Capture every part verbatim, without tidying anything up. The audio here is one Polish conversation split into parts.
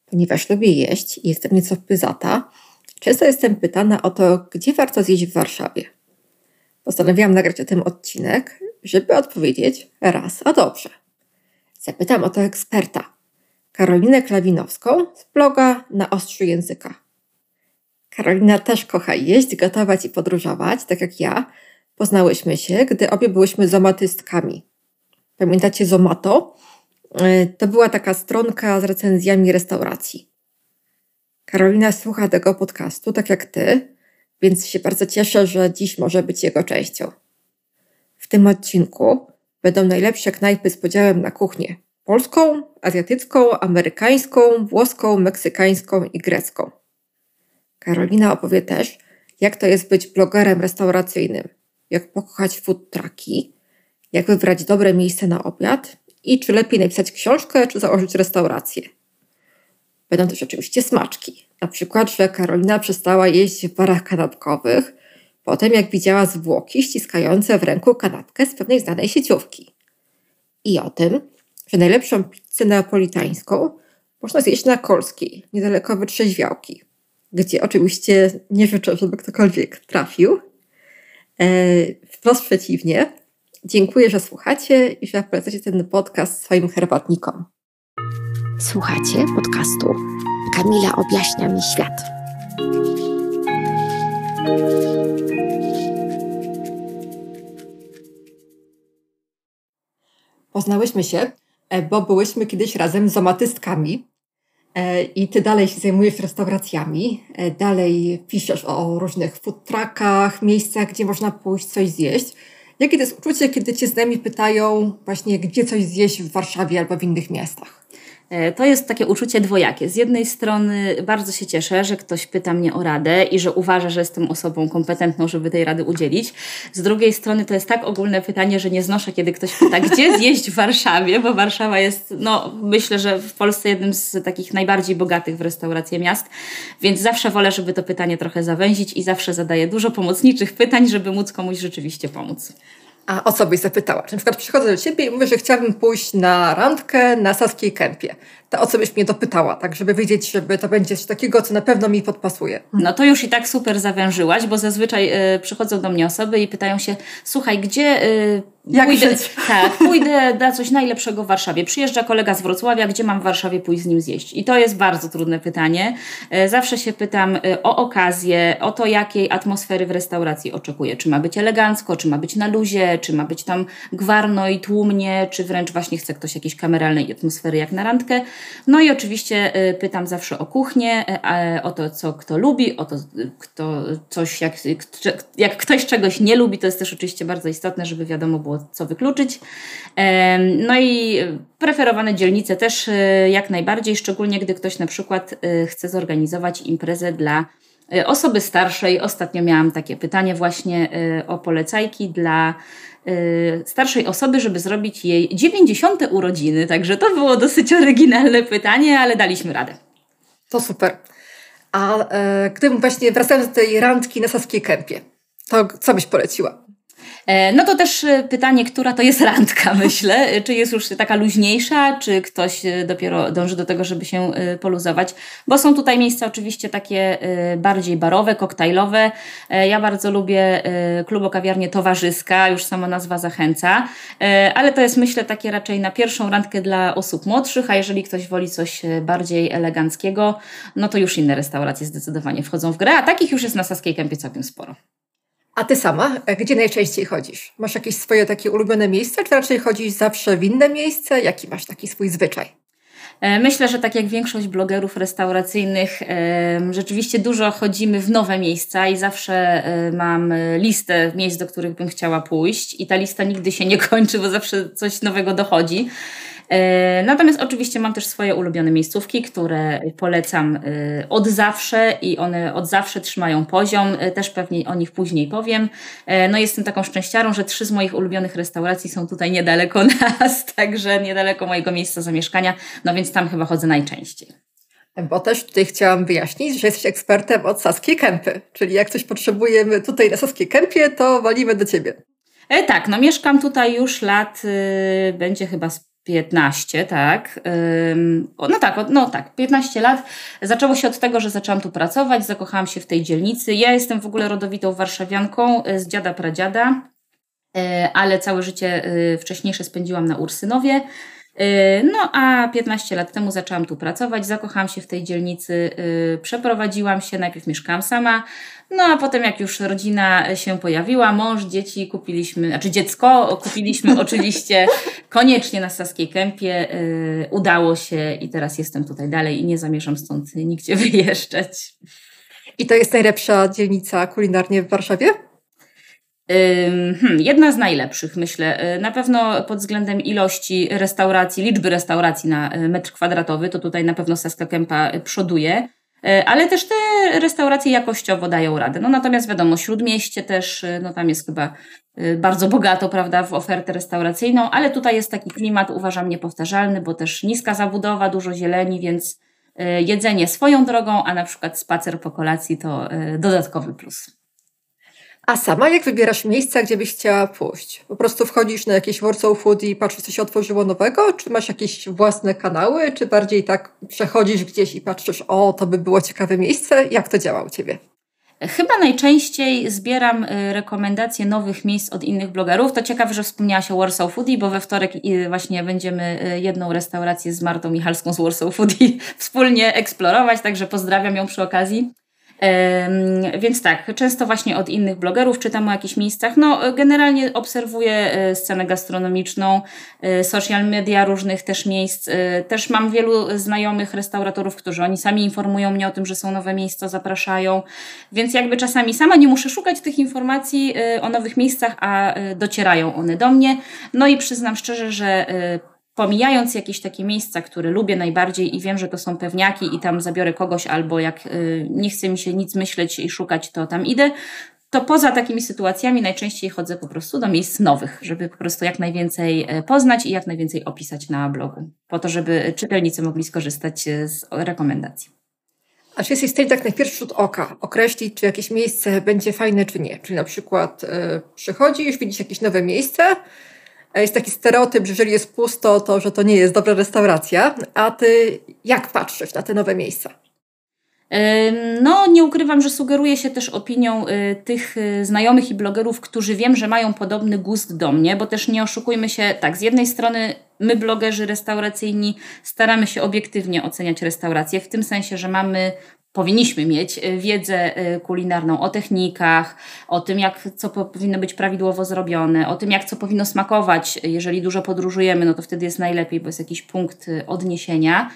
Ponieważ lubię jeść i jestem nieco pyzata, często jestem pytana o to, gdzie warto zjeść w Warszawie. Postanowiłam nagrać o tym odcinek, żeby odpowiedzieć raz a dobrze. Zapytam o to eksperta, Karolinę Klawinowską z bloga Na Ostrzu Języka. Karolina też kocha jeść, gotować i podróżować, tak jak ja. Poznałyśmy się, gdy obie byłyśmy zomatystkami. Pamiętacie Zomato? To była taka stronka z recenzjami restauracji. Karolina słucha tego podcastu, tak jak ty, więc się bardzo cieszę, że dziś może być jego częścią. W tym odcinku będą najlepsze knajpy z podziałem na kuchnię polską, azjatycką, amerykańską, włoską, meksykańską i grecką. Karolina opowie też, jak to jest być blogerem restauracyjnym, jak pokochać food trucki, jak wybrać dobre miejsce na obiad i czy lepiej napisać książkę, czy założyć restaurację. Będą też oczywiście smaczki. Na przykład, że Karolina przestała jeść w barach kanapkowych, potem jak widziała zwłoki ściskające w ręku kanapkę z pewnej znanej sieciówki. I o tym, że najlepszą pizzę neapolitańską można zjeść na Kolskiej, niedaleko Wytrzeźwiałki, gdzie oczywiście nie życzę, żeby ktokolwiek trafił. Eee, wprost przeciwnie. Dziękuję, że słuchacie i że polecacie ten podcast swoim herbatnikom. Słuchacie podcastu Kamila objaśnia mi świat. Poznałyśmy się, bo byłyśmy kiedyś razem zomatystkami i ty dalej się zajmujesz restauracjami, dalej piszesz o różnych food truckach, miejscach, gdzie można pójść coś zjeść. Jakie to jest uczucie, kiedy cię znajomi pytają właśnie, gdzie coś zjeść w Warszawie albo w innych miastach? To jest takie uczucie dwojakie. Z jednej strony bardzo się cieszę, że ktoś pyta mnie o radę i że uważa, że jestem osobą kompetentną, żeby tej rady udzielić. Z drugiej strony to jest tak ogólne pytanie, że nie znoszę, kiedy ktoś pyta, gdzie zjeść w Warszawie, bo Warszawa jest, no myślę, że w Polsce jednym z takich najbardziej bogatych w restauracje miast, więc zawsze wolę, żeby to pytanie trochę zawęzić i zawsze zadaję dużo pomocniczych pytań, żeby móc komuś rzeczywiście pomóc. A o co byś zapytała? Czy na przykład przychodzę do ciebie i mówię, że chciałabym pójść na randkę na Saskiej Kępie. To o co byś mnie dopytała, tak żeby wiedzieć, żeby to będzie coś takiego, co na pewno mi podpasuje. No to już i tak super zawężyłaś, bo zazwyczaj y, przychodzą do mnie osoby i pytają się, słuchaj, gdzie y, Jak pójdę, żyć? tak, pójdę na coś najlepszego w Warszawie. Przyjeżdża kolega z Wrocławia, gdzie mam w Warszawie pójść z nim zjeść? I to jest bardzo trudne pytanie. Y, zawsze się pytam y, o okazję, o to, jakiej atmosfery w restauracji oczekuję. Czy ma być elegancko, czy ma być na luzie, czy ma być tam gwarno i tłumnie, czy wręcz właśnie chce ktoś jakiejś kameralnej atmosfery jak na randkę. No i oczywiście y, pytam zawsze o kuchnię, y, o to, co kto lubi, o to, kto coś, jak, jak ktoś czegoś nie lubi, to jest też oczywiście bardzo istotne, żeby wiadomo było, co wykluczyć. Y, no i preferowane dzielnice też y, jak najbardziej, szczególnie gdy ktoś na przykład y, chce zorganizować imprezę dla y, osoby starszej. Ostatnio miałam takie pytanie właśnie y, o polecajki dla starszej osoby, żeby zrobić jej dziewięćdziesiąte urodziny. Także to było dosyć oryginalne pytanie, ale daliśmy radę. To super. A e, gdybym właśnie wracając do tej randki na Saskiej Kępie, to co byś poleciła? No to też pytanie, która to jest randka, myślę. Czy jest już taka luźniejsza, czy ktoś dopiero dąży do tego, żeby się poluzować. Bo są tutaj miejsca oczywiście takie bardziej barowe, koktajlowe. Ja bardzo lubię klubo-kawiarnię Towarzyska, już sama nazwa zachęca. Ale to jest, myślę, takie raczej na pierwszą randkę dla osób młodszych, a jeżeli ktoś woli coś bardziej eleganckiego, no to już inne restauracje zdecydowanie wchodzą w grę, a takich już jest na Saskiej Kępie całkiem sporo. A ty sama, gdzie najczęściej chodzisz? Masz jakieś swoje takie ulubione miejsca, czy raczej chodzisz zawsze w inne miejsce? Jaki masz taki swój zwyczaj? Myślę, że tak jak większość blogerów restauracyjnych, rzeczywiście dużo chodzimy w nowe miejsca i zawsze mam listę miejsc, do których bym chciała pójść i ta lista nigdy się nie kończy, bo zawsze coś nowego dochodzi. Natomiast oczywiście mam też swoje ulubione miejscówki, które polecam od zawsze i one od zawsze trzymają poziom. Też pewnie o nich później powiem. No jestem taką szczęściarą, że trzy z moich ulubionych restauracji są tutaj niedaleko nas, także niedaleko mojego miejsca zamieszkania, no więc tam chyba chodzę najczęściej. Bo też tutaj chciałam wyjaśnić, że jesteś ekspertem od Saskiej Kępy, czyli jak coś potrzebujemy tutaj na Saskiej Kępie, to walimy do ciebie. E, tak, no mieszkam tutaj już lat, y, będzie chyba z piętnaście, tak. No tak, no tak, piętnaście lat. Zaczęło się od tego, że zaczęłam tu pracować, zakochałam się w tej dzielnicy. Ja jestem w ogóle rodowitą warszawianką z dziada pradziada, ale całe życie wcześniejsze spędziłam na Ursynowie. No a piętnaście lat temu zaczęłam tu pracować, zakochałam się w tej dzielnicy, przeprowadziłam się, najpierw mieszkałam sama, no a potem jak już rodzina się pojawiła, mąż, dzieci, kupiliśmy, znaczy dziecko kupiliśmy oczywiście koniecznie na Saskiej Kępie, udało się i teraz jestem tutaj dalej i nie zamierzam stąd nigdzie wyjeżdżać. I to jest najlepsza dzielnica kulinarnie w Warszawie? Hmm, jedna z najlepszych, myślę. Na pewno pod względem ilości restauracji, liczby restauracji na metr kwadratowy, to tutaj na pewno Saska Kępa przoduje, ale też te restauracje jakościowo dają radę. No natomiast wiadomo, Śródmieście też, no tam jest chyba bardzo bogato, prawda, w ofertę restauracyjną, ale tutaj jest taki klimat, uważam, niepowtarzalny, bo też niska zabudowa, dużo zieleni, więc jedzenie swoją drogą, a na przykład spacer po kolacji to dodatkowy plus. A sama jak wybierasz miejsca, gdzie byś chciała pójść? Po prostu wchodzisz na jakieś Warsaw Food i patrzysz, co się otworzyło nowego? Czy masz jakieś własne kanały? Czy bardziej tak przechodzisz gdzieś i patrzysz, o, to by było ciekawe miejsce? Jak to działa u Ciebie? Chyba najczęściej zbieram rekomendacje nowych miejsc od innych blogerów. To ciekawe, że wspomniałaś o Warsaw Foodie, bo we wtorek właśnie będziemy jedną restaurację z Martą Michalską z Warsaw Foodie wspólnie eksplorować, także pozdrawiam ją przy okazji. Więc tak, często właśnie od innych blogerów czytam o jakichś miejscach. No, generalnie obserwuję scenę gastronomiczną, social media różnych też miejsc. Też mam wielu znajomych restauratorów, którzy oni sami informują mnie o tym, że są nowe miejsca, zapraszają. Więc jakby czasami sama nie muszę szukać tych informacji o nowych miejscach, a docierają one do mnie. No i przyznam szczerze, że pomijając jakieś takie miejsca, które lubię najbardziej i wiem, że to są pewniaki i tam zabiorę kogoś, albo jak y, nie chce mi się nic myśleć i szukać, to tam idę, to poza takimi sytuacjami najczęściej chodzę po prostu do miejsc nowych, żeby po prostu jak najwięcej poznać i jak najwięcej opisać na blogu, po to, żeby czytelnicy mogli skorzystać z rekomendacji. A czy jesteś w stanie tak na pierwszy rzut oka określić, czy jakieś miejsce będzie fajne, czy nie? Czyli na przykład y, przychodzisz, widzisz jakieś nowe miejsce, jest taki stereotyp, że jeżeli jest pusto, to że to nie jest dobra restauracja. A ty jak patrzysz na te nowe miejsca? No, nie ukrywam, że sugeruję się też opinią tych znajomych i blogerów, którzy wiem, że mają podobny gust do mnie, bo też nie oszukujmy się, tak, z jednej strony my, blogerzy restauracyjni, staramy się obiektywnie oceniać restauracje, w tym sensie, że mamy powinniśmy mieć wiedzę kulinarną o technikach, o tym, jak co powinno być prawidłowo zrobione, o tym, jak co powinno smakować. Jeżeli dużo podróżujemy, no to wtedy jest najlepiej, bo jest jakiś punkt odniesienia.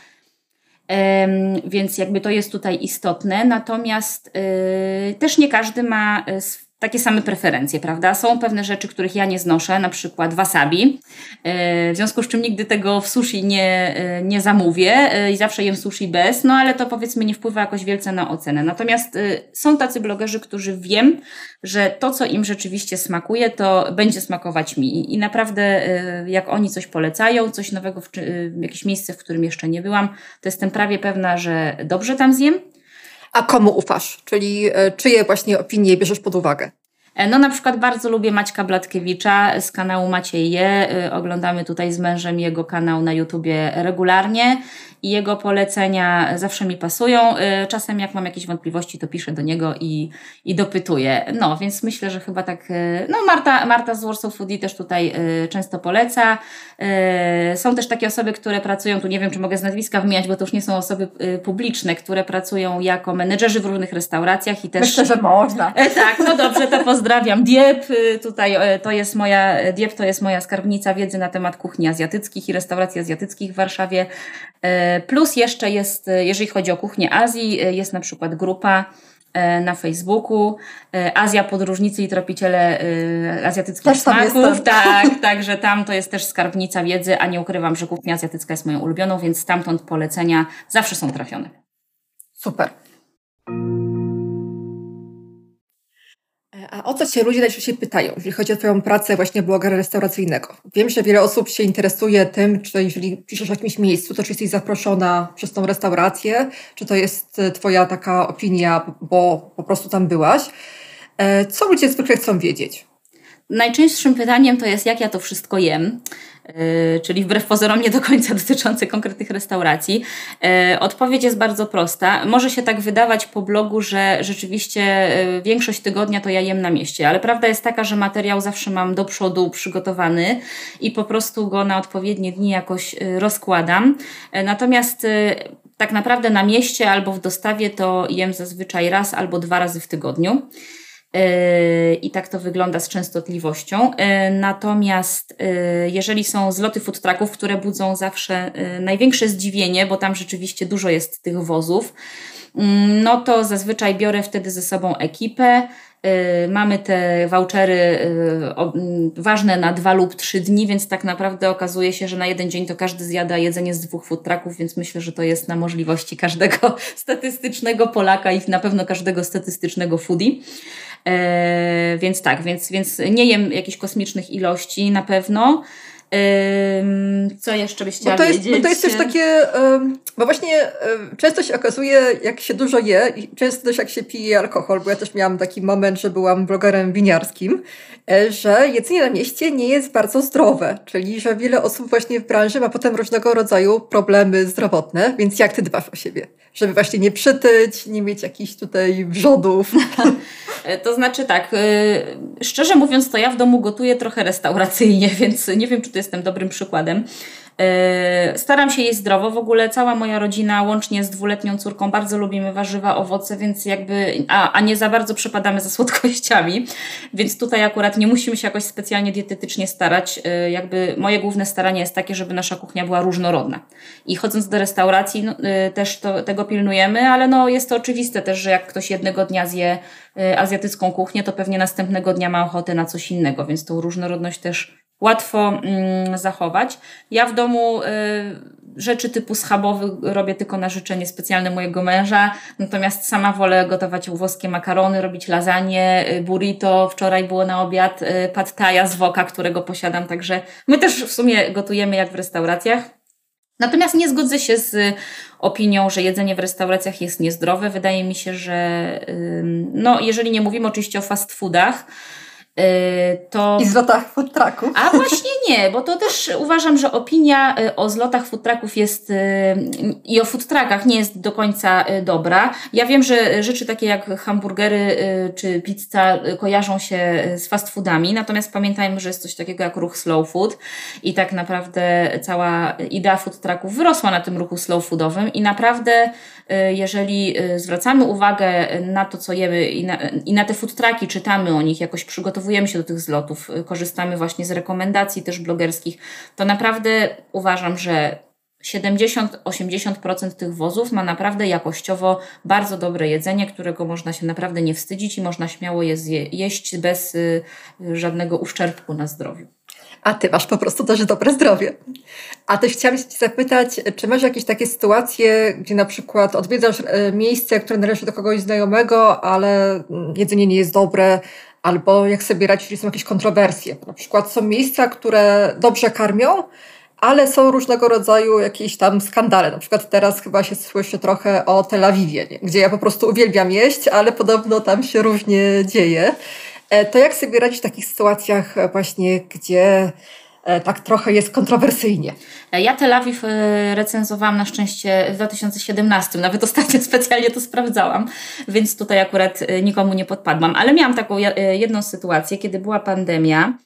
Um, więc jakby to jest tutaj istotne. Natomiast yy, też nie każdy ma yy, takie same preferencje, prawda? Są pewne rzeczy, których ja nie znoszę, na przykład wasabi, w związku z czym nigdy tego w sushi nie, nie zamówię i zawsze jem sushi bez, no ale to powiedzmy nie wpływa jakoś wielce na ocenę. Natomiast są tacy blogerzy, którzy wiem, że to, co im rzeczywiście smakuje, to będzie smakować mi i naprawdę jak oni coś polecają, coś nowego, w, w jakieś miejsce, w którym jeszcze nie byłam, to jestem prawie pewna, że dobrze tam zjem. A komu ufasz? Czyli czyje właśnie opinie bierzesz pod uwagę? No na przykład bardzo lubię Maćka Blatkiewicza z kanału Maciej Je. Oglądamy tutaj z mężem jego kanał na YouTubie regularnie i jego polecenia zawsze mi pasują. Czasem jak mam jakieś wątpliwości, to piszę do niego i, i dopytuję. No więc myślę, że chyba tak... No Marta, Marta z Warsaw Foodie też tutaj często poleca. Są też takie osoby, które pracują, tu nie wiem, czy mogę z nazwiska wymieniać, bo to już nie są osoby publiczne, które pracują jako menedżerzy w różnych restauracjach i też... Myślę, że można. Tak, no dobrze, to pozdrawiam. Diep, tutaj to jest moja, Diep to jest moja skarbnica wiedzy na temat kuchni azjatyckich i restauracji azjatyckich w Warszawie. Plus jeszcze jest, jeżeli chodzi o kuchnię Azji, jest na przykład grupa na Facebooku Azja Podróżnicy i Tropiciele Azjatyckich też Smaków. Tak, także tam to jest też skarbnica wiedzy, a nie ukrywam, że kuchnia azjatycka jest moją ulubioną, więc stamtąd polecenia zawsze są trafione. Super. A o co Cię ludzie najczęściej pytają, jeżeli chodzi o Twoją pracę właśnie blogera restauracyjnego? Wiem, że wiele osób się interesuje tym, czy jeżeli piszesz w jakimś miejscu, to czy jesteś zaproszona przez tą restaurację, czy to jest Twoja taka opinia, bo po prostu tam byłaś. Co ludzie zwykle chcą wiedzieć? najczęstszym pytaniem to jest, jak ja to wszystko jem. Yy, czyli wbrew pozorom nie do końca dotyczące konkretnych restauracji. Yy, odpowiedź jest bardzo prosta. Może się tak wydawać po blogu, że rzeczywiście yy, większość tygodnia to ja jem na mieście, ale prawda jest taka, że materiał zawsze mam do przodu przygotowany i po prostu go na odpowiednie dni jakoś yy, rozkładam. Yy, natomiast yy, tak naprawdę na mieście albo w dostawie to jem zazwyczaj raz albo dwa razy w tygodniu. I tak to wygląda z częstotliwością. Natomiast jeżeli są zloty food trucków, które budzą zawsze największe zdziwienie, bo tam rzeczywiście dużo jest tych wozów, no to zazwyczaj biorę wtedy ze sobą ekipę. Mamy te vouchery ważne na dwa lub trzy dni, więc tak naprawdę okazuje się, że na jeden dzień to każdy zjada jedzenie z dwóch food trucków, więc myślę, że to jest na możliwości każdego statystycznego Polaka i na pewno każdego statystycznego foodie. E, więc tak, więc, więc nie jem jakichś kosmicznych ilości na pewno. Co jeszcze byś chciała bo to jest, wiedzieć? Bo to jest też takie, bo właśnie często się okazuje, jak się dużo je i często też jak się pije alkohol, bo ja też miałam taki moment, że byłam blogerem winiarskim, że jedzenie na mieście nie jest bardzo zdrowe, czyli że wiele osób właśnie w branży ma potem różnego rodzaju problemy zdrowotne, więc jak ty dbasz o siebie? Żeby właśnie nie przytyć, nie mieć jakichś tutaj wrzodów. To znaczy tak, szczerze mówiąc to ja w domu gotuję trochę restauracyjnie, więc nie wiem, czy to jestem dobrym przykładem. Staram się jeść zdrowo, w ogóle cała moja rodzina łącznie z dwuletnią córką bardzo lubimy warzywa, owoce, więc jakby, a, a nie za bardzo przepadamy za słodkościami, więc tutaj akurat nie musimy się jakoś specjalnie dietetycznie starać, jakby moje główne staranie jest takie, żeby nasza kuchnia była różnorodna i chodząc do restauracji no, też to, tego pilnujemy, ale no jest to oczywiste też, że jak ktoś jednego dnia zje azjatycką kuchnię, to pewnie następnego dnia ma ochotę na coś innego, więc tą różnorodność też łatwo mm, zachować. Ja w domu y, rzeczy typu schabowy robię tylko na życzenie specjalne mojego męża, natomiast sama wolę gotować włoskie makarony, robić lasagne, y, burrito, wczoraj było na obiad y, pad thaja z woka, którego posiadam, także my też w sumie gotujemy jak w restauracjach. Natomiast nie zgodzę się z opinią, że jedzenie w restauracjach jest niezdrowe. Wydaje mi się, że y, no, jeżeli nie mówimy oczywiście o fast foodach, to... I zlotach food trucków. A właśnie nie, bo to też uważam, że opinia o zlotach food trucków jest i o food truckach nie jest do końca dobra. Ja wiem, że rzeczy takie jak hamburgery czy pizza kojarzą się z fast foodami, natomiast pamiętajmy, że jest coś takiego jak ruch slow food i tak naprawdę cała idea food trucków wyrosła na tym ruchu slow foodowym i naprawdę jeżeli zwracamy uwagę na to, co jemy i na, i na te food trucki, czytamy o nich, jakoś przygotowujemy się do tych zlotów, korzystamy właśnie z rekomendacji też blogerskich, to naprawdę uważam, że siedemdziesiąt do osiemdziesięciu procent tych wozów ma naprawdę jakościowo bardzo dobre jedzenie, którego można się naprawdę nie wstydzić i można śmiało je zje, jeść bez y, żadnego uszczerbku na zdrowiu. A ty masz po prostu też dobre zdrowie. A też chciałam się cię zapytać, czy masz jakieś takie sytuacje, gdzie na przykład odwiedzasz miejsce, które należy do kogoś znajomego, ale jedzenie nie jest dobre, albo jak sobie radzić, jeżeli są jakieś kontrowersje. Na przykład są miejsca, które dobrze karmią, ale są różnego rodzaju jakieś tam skandale. Na przykład teraz chyba się słyszy trochę o Tel Awiwie, nie? Gdzie ja po prostu uwielbiam jeść, ale podobno tam się różnie dzieje. To jak sobie radzić w takich sytuacjach właśnie, gdzie tak trochę jest kontrowersyjnie? Ja Tel Awiw recenzowałam na szczęście w dwa tysiące siedemnastym, nawet ostatnio specjalnie to sprawdzałam, więc tutaj akurat nikomu nie podpadłam. Ale miałam taką jedną sytuację, kiedy była pandemia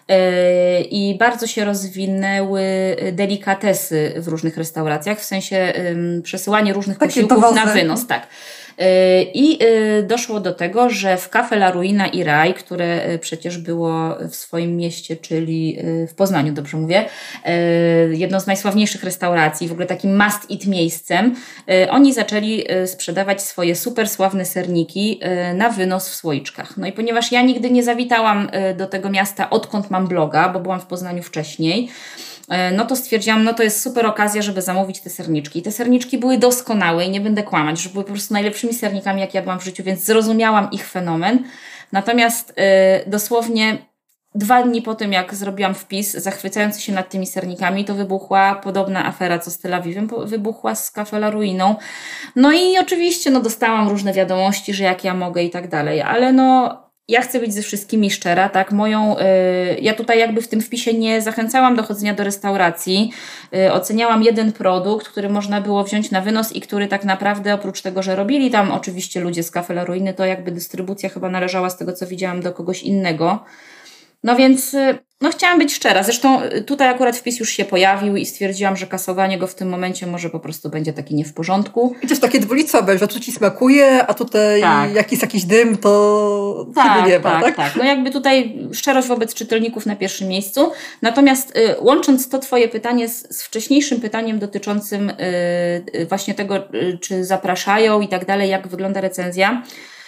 i bardzo się rozwinęły delikatesy w różnych restauracjach, w sensie przesyłanie różnych Takie posiłków dowozy. na wynos. Tak. I doszło do tego, że w Cafe La Ruina i Raj, które przecież było w swoim mieście, czyli w Poznaniu, dobrze mówię, jedno z najsławniejszych restauracji, w ogóle takim must eat miejscem, oni zaczęli sprzedawać swoje super sławne serniki na wynos w słoiczkach. No i ponieważ ja nigdy nie zawitałam do tego miasta, odkąd mam bloga, bo byłam w Poznaniu wcześniej, no to stwierdziłam, no to jest super okazja, żeby zamówić te serniczki. I te serniczki były doskonałe i nie będę kłamać, że były po prostu najlepszymi sernikami, jak jadłam w życiu, więc zrozumiałam ich fenomen. Natomiast yy, dosłownie dwa dni po tym, jak zrobiłam wpis zachwycający się nad tymi sernikami, to wybuchła podobna afera, co z Tel Awiwem, wybuchła z Cafe La Ruiną. No i oczywiście no, dostałam różne wiadomości, że jak ja mogę i tak dalej, ale no... ja chcę być ze wszystkimi szczera, tak, moją, y, ja tutaj jakby w tym wpisie nie zachęcałam do chodzenia do restauracji, y, oceniałam jeden produkt, który można było wziąć na wynos i który tak naprawdę oprócz tego, że robili tam oczywiście ludzie z Caffè La Ruiny, to jakby dystrybucja chyba należała z tego, co widziałam, do kogoś innego. No więc no chciałam być szczera. Zresztą tutaj akurat wpis już się pojawił i stwierdziłam, że kasowanie go w tym momencie może po prostu będzie taki nie w porządku. I też takie dwulicowe, że tu ci smakuje, a tutaj tak. jak jest jakiś dym, to tak, nie ma, tak, tak? tak. No jakby tutaj szczerość wobec czytelników na pierwszym miejscu. Natomiast y, łącząc to twoje pytanie z, z wcześniejszym pytaniem dotyczącym y, y, właśnie tego, y, czy zapraszają i tak dalej, jak wygląda recenzja.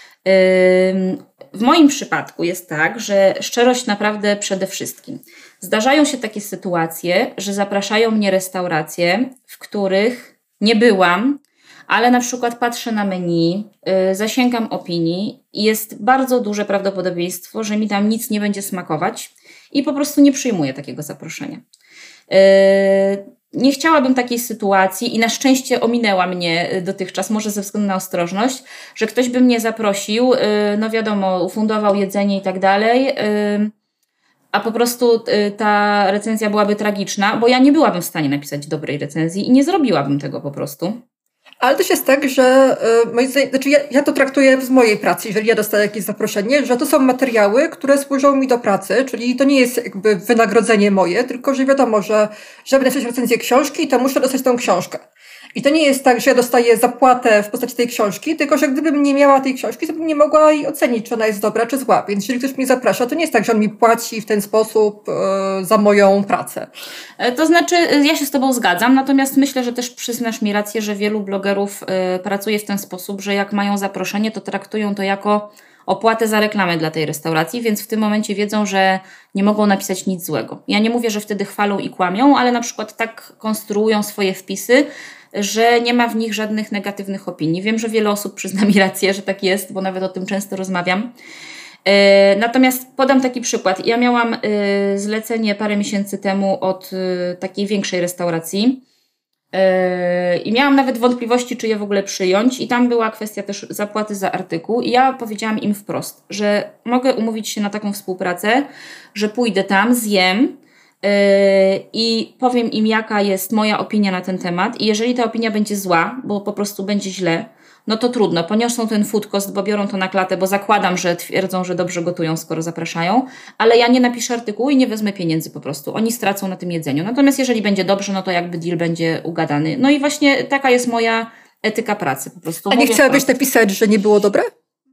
W moim przypadku jest tak, że szczerość naprawdę przede wszystkim. Zdarzają się takie sytuacje, że zapraszają mnie restauracje, w których nie byłam, ale na przykład patrzę na menu, zasięgam opinii i jest bardzo duże prawdopodobieństwo, że mi tam nic nie będzie smakować i po prostu nie przyjmuję takiego zaproszenia. Nie chciałabym takiej sytuacji i na szczęście ominęła mnie dotychczas, może ze względu na ostrożność, że ktoś by mnie zaprosił, no wiadomo, ufundował jedzenie i tak dalej, a po prostu ta recenzja byłaby tragiczna, bo ja nie byłabym w stanie napisać dobrej recenzji i nie zrobiłabym tego po prostu. Ale też jest tak, że moim zdaniem, znaczy ja, ja to traktuję z mojej pracy, jeżeli ja dostaję jakieś zaproszenie, że to są materiały, które służą mi do pracy, czyli to nie jest jakby wynagrodzenie moje, tylko że wiadomo, że żeby napisać recenzję książki, to muszę dostać tą książkę. I to nie jest tak, że ja dostaję zapłatę w postaci tej książki, tylko że gdybym nie miała tej książki, to bym nie mogła jej ocenić, czy ona jest dobra, czy zła. Więc jeżeli ktoś mnie zaprasza, to nie jest tak, że on mi płaci w ten sposób e, za moją pracę. To znaczy, ja się z tobą zgadzam, natomiast myślę, że też przyznasz mi rację, że wielu blogerów e, pracuje w ten sposób, że jak mają zaproszenie, to traktują to jako opłatę za reklamę dla tej restauracji, więc w tym momencie wiedzą, że nie mogą napisać nic złego. Ja nie mówię, że wtedy chwalą i kłamią, ale na przykład tak konstruują swoje wpisy, że nie ma w nich żadnych negatywnych opinii. Wiem, że wiele osób przyzna mi rację, że tak jest, bo nawet o tym często rozmawiam. Yy, natomiast podam taki przykład. Ja miałam yy, zlecenie parę miesięcy temu od yy, takiej większej restauracji yy, i miałam nawet wątpliwości, czy je w ogóle przyjąć i tam była kwestia też zapłaty za artykuł i ja powiedziałam im wprost, że mogę umówić się na taką współpracę, że pójdę tam, zjem, i powiem im, jaka jest moja opinia na ten temat i jeżeli ta opinia będzie zła, bo po prostu będzie źle, no to trudno, poniosą ten food cost, bo biorą to na klatę, bo zakładam, że twierdzą, że dobrze gotują, skoro zapraszają, ale ja nie napiszę artykułu i nie wezmę pieniędzy po prostu, oni stracą na tym jedzeniu. Natomiast jeżeli będzie dobrze, no to jakby deal będzie ugadany. No i właśnie taka jest moja etyka pracy po prostu. A nie chciałabyś napisać, że nie było dobre?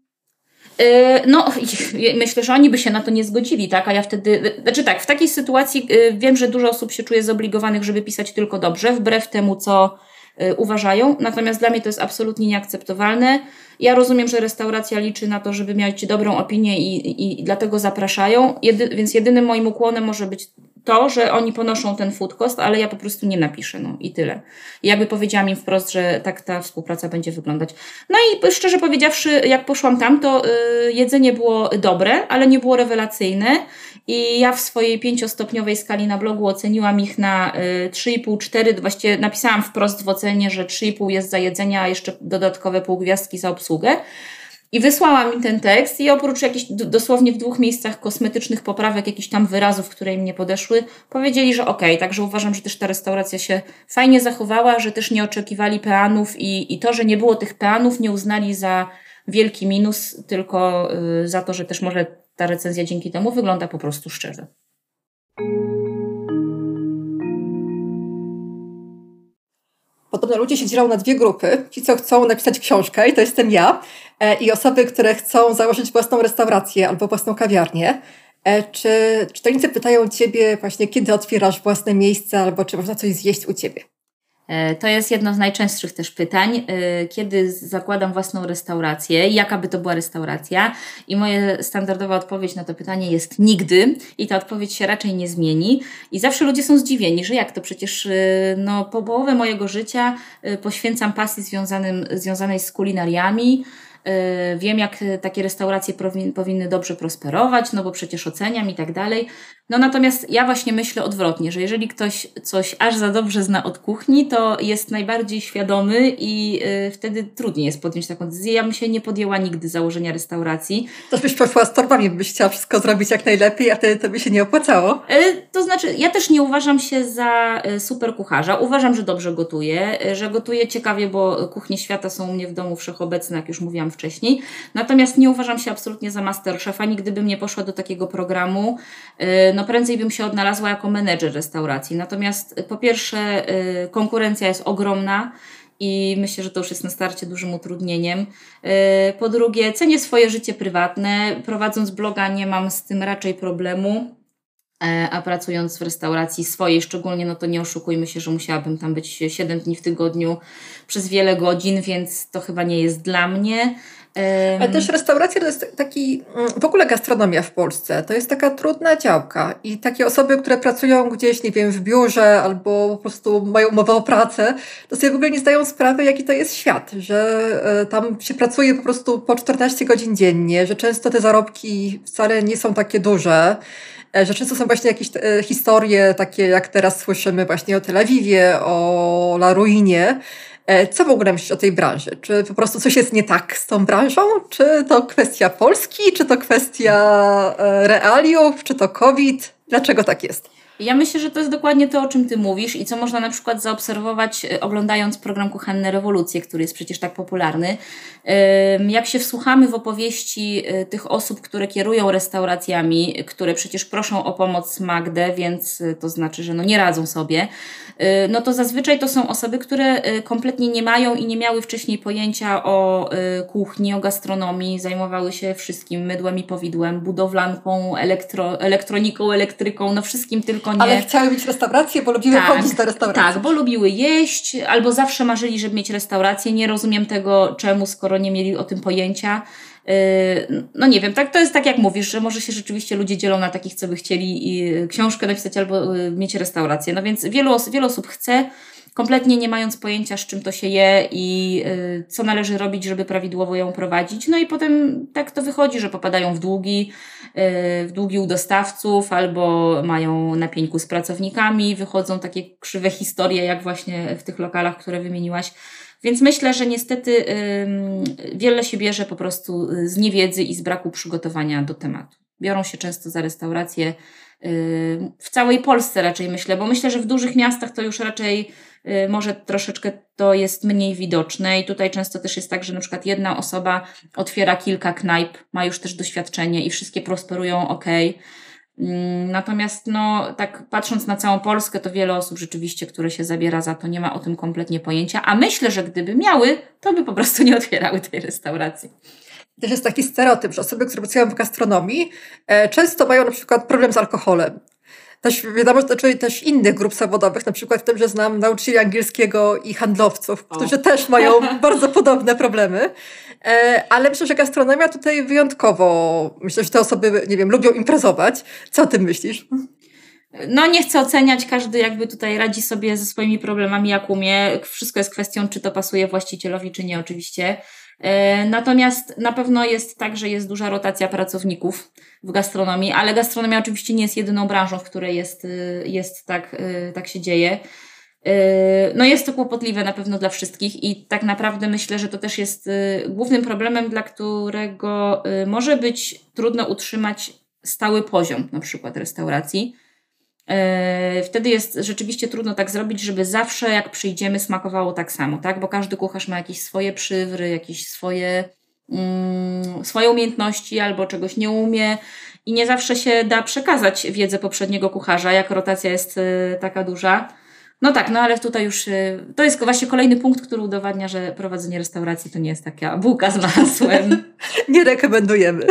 No, myślę, że oni by się na to nie zgodzili, tak? A ja wtedy, znaczy tak, w takiej sytuacji wiem, że dużo osób się czuje zobligowanych, żeby pisać tylko dobrze, wbrew temu, co uważają. Natomiast dla mnie to jest absolutnie nieakceptowalne. Ja rozumiem, że restauracja liczy na to, żeby mieć dobrą opinię i, i, i dlatego zapraszają, Jedy, więc jedynym moim ukłonem może być to, że oni ponoszą ten food cost, ale ja po prostu nie napiszę, no i tyle. I jakby powiedziałam im wprost, że tak ta współpraca będzie wyglądać. No i szczerze powiedziawszy, jak poszłam tam, to y, jedzenie było dobre, ale nie było rewelacyjne i ja w swojej pięciostopniowej skali na blogu oceniłam ich na y, trzy i pół, cztery, właściwie napisałam wprost w ocenie, że trzy i pół jest za jedzenie, a jeszcze dodatkowe pół gwiazdki za obsługę. I wysłałam im ten tekst i oprócz jakichś dosłownie w dwóch miejscach kosmetycznych poprawek, jakichś tam wyrazów, które im nie podeszły, powiedzieli, że okej, okay. Także uważam, że też ta restauracja się fajnie zachowała, że też nie oczekiwali peanów i, i to, że nie było tych peanów, nie uznali za wielki minus, tylko y, za to, że też może ta recenzja dzięki temu wygląda po prostu szczerze. Podobno ludzie się dzielą na dwie grupy. Ci, co chcą napisać książkę, i to jestem ja, i osoby, które chcą założyć własną restaurację albo własną kawiarnię. Czy czytelnicy pytają Ciebie właśnie, kiedy otwierasz własne miejsce, albo czy można coś zjeść u Ciebie? To jest jedno z najczęstszych też pytań, kiedy zakładam własną restaurację, jaka by to była restauracja i moja standardowa odpowiedź na to pytanie jest nigdy i ta odpowiedź się raczej nie zmieni i zawsze ludzie są zdziwieni, że jak to przecież no, po połowę mojego życia poświęcam pasji związanym, związanej z kulinariami, Wiem, jak takie restauracje powinny dobrze prosperować, no bo przecież oceniam i tak dalej. No natomiast ja właśnie myślę odwrotnie, że jeżeli ktoś coś aż za dobrze zna od kuchni, to jest najbardziej świadomy i wtedy trudniej jest podjąć taką decyzję. Ja bym się nie podjęła nigdy założenia restauracji. Też byś poszła z torbami, byś chciała wszystko zrobić jak najlepiej, a wtedy to by się nie opłacało. To znaczy, ja też nie uważam się za super kucharza. Uważam, że dobrze gotuję, że gotuję ciekawie, bo kuchnie świata są u mnie w domu wszechobecne, jak już mówiłam wcześniej. Natomiast nie uważam się absolutnie za masterchefa. Nigdy bym nie poszła do takiego programu. No prędzej bym się odnalazła jako menedżer restauracji. Natomiast po pierwsze konkurencja jest ogromna i myślę, że to już jest na starcie dużym utrudnieniem. Po drugie, cenię swoje życie prywatne. Prowadząc bloga nie mam z tym raczej problemu. A pracując w restauracji swojej szczególnie, no to nie oszukujmy się, że musiałabym tam być siedem dni w tygodniu przez wiele godzin, więc to chyba nie jest dla mnie. Ale też restauracja to jest taki, w ogóle gastronomia w Polsce, to jest taka trudna działka i takie osoby, które pracują gdzieś, nie wiem, w biurze albo po prostu mają umowę o pracę, to sobie w ogóle nie zdają sprawy, jaki to jest świat, że tam się pracuje po prostu po czternaście godzin dziennie, że często te zarobki wcale nie są takie duże, że często są właśnie jakieś e, historie takie, jak teraz słyszymy właśnie o Tel Awiwie, o La Ruinie. E, co w ogóle myślisz o tej branży? Czy po prostu coś jest nie tak z tą branżą? Czy to kwestia Polski? Czy to kwestia e, realiów? Czy to COVID? Dlaczego tak jest? Ja myślę, że to jest dokładnie to, o czym Ty mówisz i co można na przykład zaobserwować, oglądając program Kuchenne Rewolucje, który jest przecież tak popularny. Jak się wsłuchamy w opowieści tych osób, które kierują restauracjami, które przecież proszą o pomoc Magdę, więc to znaczy, że no nie radzą sobie, no to zazwyczaj to są osoby, które kompletnie nie mają i nie miały wcześniej pojęcia o kuchni, o gastronomii, zajmowały się wszystkim, mydłem i powidłem, budowlanką, elektro, elektroniką, elektryką, no wszystkim tylko nie. Ale chciały mieć restaurację, bo lubiły tak, chodzić do restauracji. Tak, bo lubiły jeść, albo zawsze marzyli, żeby mieć restaurację. Nie rozumiem tego, czemu, skoro nie mieli o tym pojęcia. No nie wiem, tak, to jest tak jak mówisz, że może się rzeczywiście ludzie dzielą na takich, co by chcieli i książkę napisać albo mieć restaurację. No więc wielu, wielu osób chce, kompletnie nie mając pojęcia, z czym to się je i y, co należy robić, żeby prawidłowo ją prowadzić. No i potem tak to wychodzi, że popadają w długi, y, w długi u dostawców albo mają na pieńku z pracownikami. Wychodzą takie krzywe historie, jak właśnie w tych lokalach, które wymieniłaś. Więc myślę, że niestety y, wiele się bierze po prostu z niewiedzy i z braku przygotowania do tematu. Biorą się często za restauracje y, w całej Polsce raczej myślę, bo myślę, że w dużych miastach to już raczej y, może troszeczkę to jest mniej widoczne i tutaj często też jest tak, że na przykład jedna osoba otwiera kilka knajp, ma już też doświadczenie i wszystkie prosperują ok. Natomiast no, tak patrząc na całą Polskę, to wiele osób rzeczywiście, które się zabiera za to, nie ma o tym kompletnie pojęcia, a myślę, że gdyby miały, to by po prostu nie otwierały tej restauracji. Też jest taki stereotyp, że osoby, które pracują w gastronomii, e, często mają na przykład problem z alkoholem. Też wiadomo, że dotyczy też innych grup zawodowych, na przykład w tym, że znam nauczycieli angielskiego i handlowców, o. którzy też mają bardzo podobne problemy. E, ale myślę, że gastronomia tutaj wyjątkowo, myślę, że te osoby, nie wiem, lubią imprezować. Co o tym myślisz? No nie chcę oceniać, każdy jakby tutaj radzi sobie ze swoimi problemami jak umie. Wszystko jest kwestią, czy to pasuje właścicielowi, czy nie oczywiście. Natomiast na pewno jest tak, że jest duża rotacja pracowników w gastronomii, ale gastronomia oczywiście nie jest jedyną branżą, w której jest, jest tak, tak się dzieje. No jest to kłopotliwe na pewno dla wszystkich i tak naprawdę myślę, że to też jest głównym problemem, dla którego może być trudno utrzymać stały poziom na przykład restauracji. Wtedy jest rzeczywiście trudno tak zrobić, żeby zawsze jak przyjdziemy smakowało tak samo, tak? Bo każdy kucharz ma jakieś swoje przywry, jakieś swoje, mm, swoje umiejętności albo czegoś nie umie i nie zawsze się da przekazać wiedzę poprzedniego kucharza, jak rotacja jest y, taka duża. No tak, no ale tutaj już y, to jest właśnie kolejny punkt, który udowadnia, że prowadzenie restauracji to nie jest taka bułka z masłem. Nie rekomendujemy.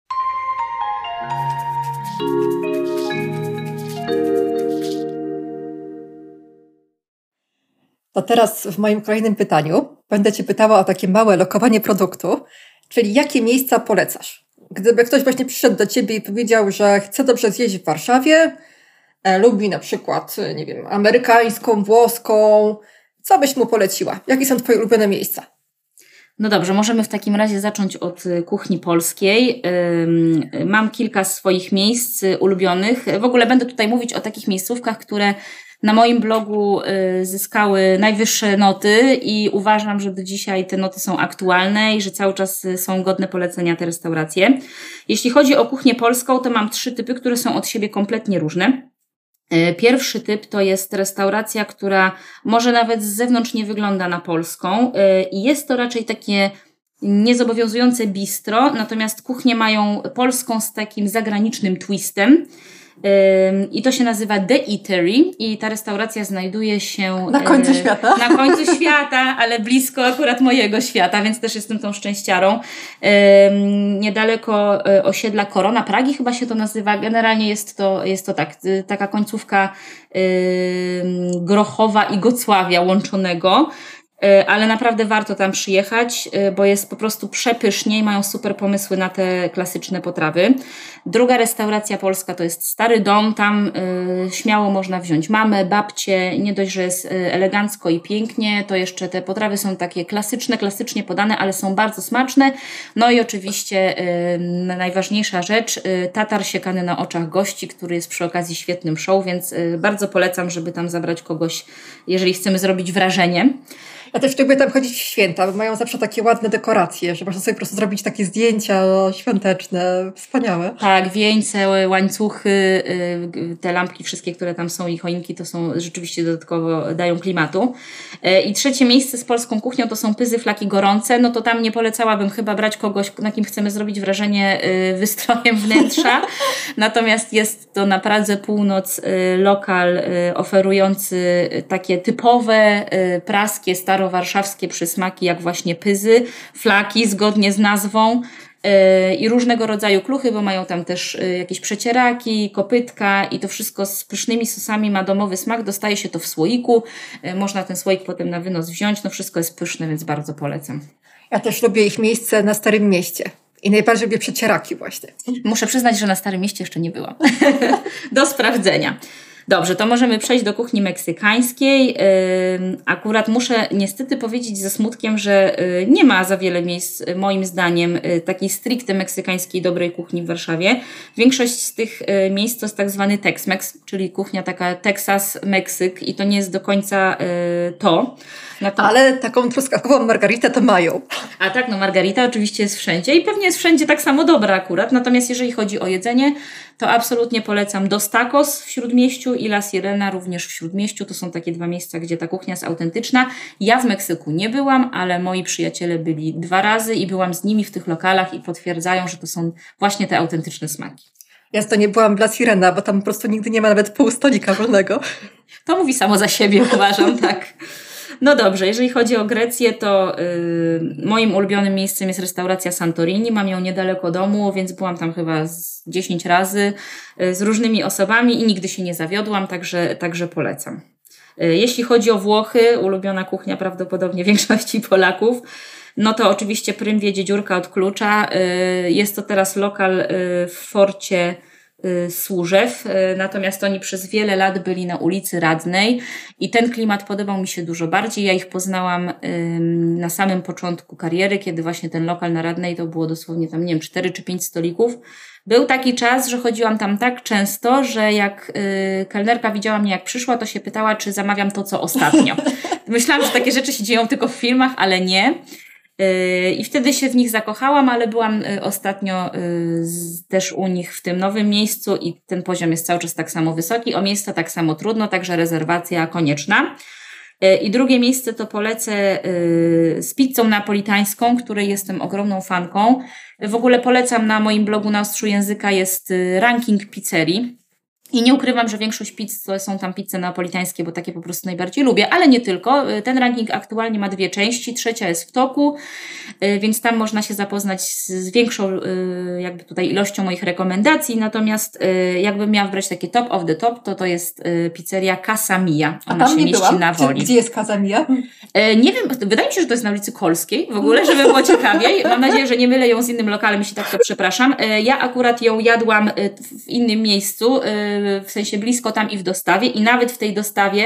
To teraz w moim kolejnym pytaniu będę Cię pytała o takie małe lokowanie produktu, czyli jakie miejsca polecasz? Gdyby ktoś właśnie przyszedł do Ciebie i powiedział, że chce dobrze zjeść w Warszawie, e, lubi na przykład, nie wiem, amerykańską, włoską, co byś mu poleciła? Jakie są Twoje ulubione miejsca? No dobrze, możemy w takim razie zacząć od kuchni polskiej. Mam kilka swoich miejsc ulubionych. W ogóle będę tutaj mówić o takich miejscówkach, które na moim blogu zyskały najwyższe noty i uważam, że do dzisiaj te noty są aktualne i że cały czas są godne polecenia te restauracje. Jeśli chodzi o kuchnię polską, to mam trzy typy, które są od siebie kompletnie różne. Pierwszy typ to jest restauracja, która może nawet z zewnątrz nie wygląda na polską i jest to raczej takie niezobowiązujące bistro, natomiast kuchnię mają polską z takim zagranicznym twistem. I to się nazywa The Eatery i ta restauracja znajduje się na końcu świata. Na końcu świata, ale blisko akurat mojego świata, więc też jestem tą szczęściarą. Niedaleko osiedla Korona Pragi chyba się to nazywa. Generalnie jest to, jest to tak, taka końcówka Grochowa i Gocławia łączonego. Ale naprawdę warto tam przyjechać, bo jest po prostu przepysznie i mają super pomysły na te klasyczne potrawy. Druga restauracja polska to jest Stary Dom, tam y, śmiało można wziąć mamę, babcię, nie dość, że jest elegancko i pięknie, to jeszcze te potrawy są takie klasyczne, klasycznie podane, ale są bardzo smaczne. No i oczywiście y, najważniejsza rzecz, y, tatar siekany na oczach gości, który jest przy okazji świetnym show, więc y, bardzo polecam, żeby tam zabrać kogoś, jeżeli chcemy zrobić wrażenie. Ja też lubię tam chodzić w święta, bo mają zawsze takie ładne dekoracje, że można sobie po prostu zrobić takie zdjęcia świąteczne, wspaniałe. Tak, wieńce, łańcuchy, te lampki wszystkie, które tam są i choinki, to są rzeczywiście dodatkowo dają klimatu. I trzecie miejsce z polską kuchnią to są pyzy flaki gorące, no to tam nie polecałabym chyba brać kogoś, na kim chcemy zrobić wrażenie wystrojem wnętrza, natomiast jest to na Pradze Północ lokal oferujący takie typowe praskie, starowarszawskie przysmaki, jak właśnie pyzy, flaki, zgodnie z nazwą yy, i różnego rodzaju kluchy, bo mają tam też yy, jakieś przecieraki, kopytka i to wszystko z pysznymi sosami ma domowy smak, dostaje się to w słoiku, yy, można ten słoik potem na wynos wziąć, no wszystko jest pyszne, więc bardzo polecam. Ja też lubię ich miejsce na Starym Mieście. I najbardziej lubię przecieraki właśnie. Muszę przyznać, że na Starym Mieście jeszcze nie byłam. Do sprawdzenia. Dobrze, to możemy przejść do kuchni meksykańskiej. Akurat muszę niestety powiedzieć ze smutkiem, że nie ma za wiele miejsc, moim zdaniem, takiej stricte meksykańskiej dobrej kuchni w Warszawie. Większość z tych miejsc to jest tak zwany Tex-Mex, czyli kuchnia taka Teksas, Meksyk i to nie jest do końca to. To... Ale taką truskawkową margaritę to mają. A tak, no margarita oczywiście jest wszędzie i pewnie jest wszędzie tak samo dobra akurat. Natomiast jeżeli chodzi o jedzenie, to absolutnie polecam Dos Tacos w Śródmieściu i La Sirena również w Śródmieściu. To są takie dwa miejsca, gdzie ta kuchnia jest autentyczna. Ja w Meksyku nie byłam, ale moi przyjaciele byli dwa razy i byłam z nimi w tych lokalach i potwierdzają, że to są właśnie te autentyczne smaki. Ja to nie byłam w La Sirena, bo tam po prostu nigdy nie ma nawet pół stolika wolnego. To mówi samo za siebie, uważam, tak. No dobrze, jeżeli chodzi o Grecję, to yy, moim ulubionym miejscem jest restauracja Santorini. Mam ją niedaleko domu, więc byłam tam chyba z dziesięć razy yy, z różnymi osobami i nigdy się nie zawiodłam, także, także polecam. Yy, jeśli chodzi o Włochy, ulubiona kuchnia prawdopodobnie większości Polaków, no to oczywiście prym wiedzie dziurka od klucza. Yy, jest to teraz lokal yy, w forcie Służew, natomiast oni przez wiele lat byli na ulicy Radnej i ten klimat podobał mi się dużo bardziej. Ja ich poznałam ym, na samym początku kariery, kiedy właśnie ten lokal na Radnej to było dosłownie tam, nie wiem, cztery czy pięć stolików. Był taki czas, że chodziłam tam tak często, że jak y, kelnerka widziała mnie jak przyszła, to się pytała, czy zamawiam to, co ostatnio. Myślałam, że takie rzeczy się dzieją tylko w filmach, ale nie. I wtedy się w nich zakochałam, ale byłam ostatnio też u nich w tym nowym miejscu i ten poziom jest cały czas tak samo wysoki, o miejsca tak samo trudno, także rezerwacja konieczna. I drugie miejsce to polecę z pizzą napolitańską, której jestem ogromną fanką. W ogóle polecam, na moim blogu na Ostrzu Języka jest ranking pizzerii. I nie ukrywam, że większość pizz to są tam pizze neapolitańskie, bo takie po prostu najbardziej lubię, ale nie tylko. Ten ranking aktualnie ma dwie części, trzecia jest w toku, więc tam można się zapoznać z większą jakby tutaj ilością moich rekomendacji, natomiast jakbym miała wybrać takie top of the top, to to jest pizzeria Casa Mia. Ona A tam się nie mieści byłam. Na Woli. Gdzie jest Casa Mia? Nie wiem, wydaje mi się, że to jest na ulicy Kolskiej w ogóle, żeby było ciekawiej. Mam nadzieję, że nie mylę ją z innym lokalem, jeśli tak to przepraszam. Ja akurat ją jadłam w innym miejscu, w sensie blisko tam i w dostawie i nawet w tej dostawie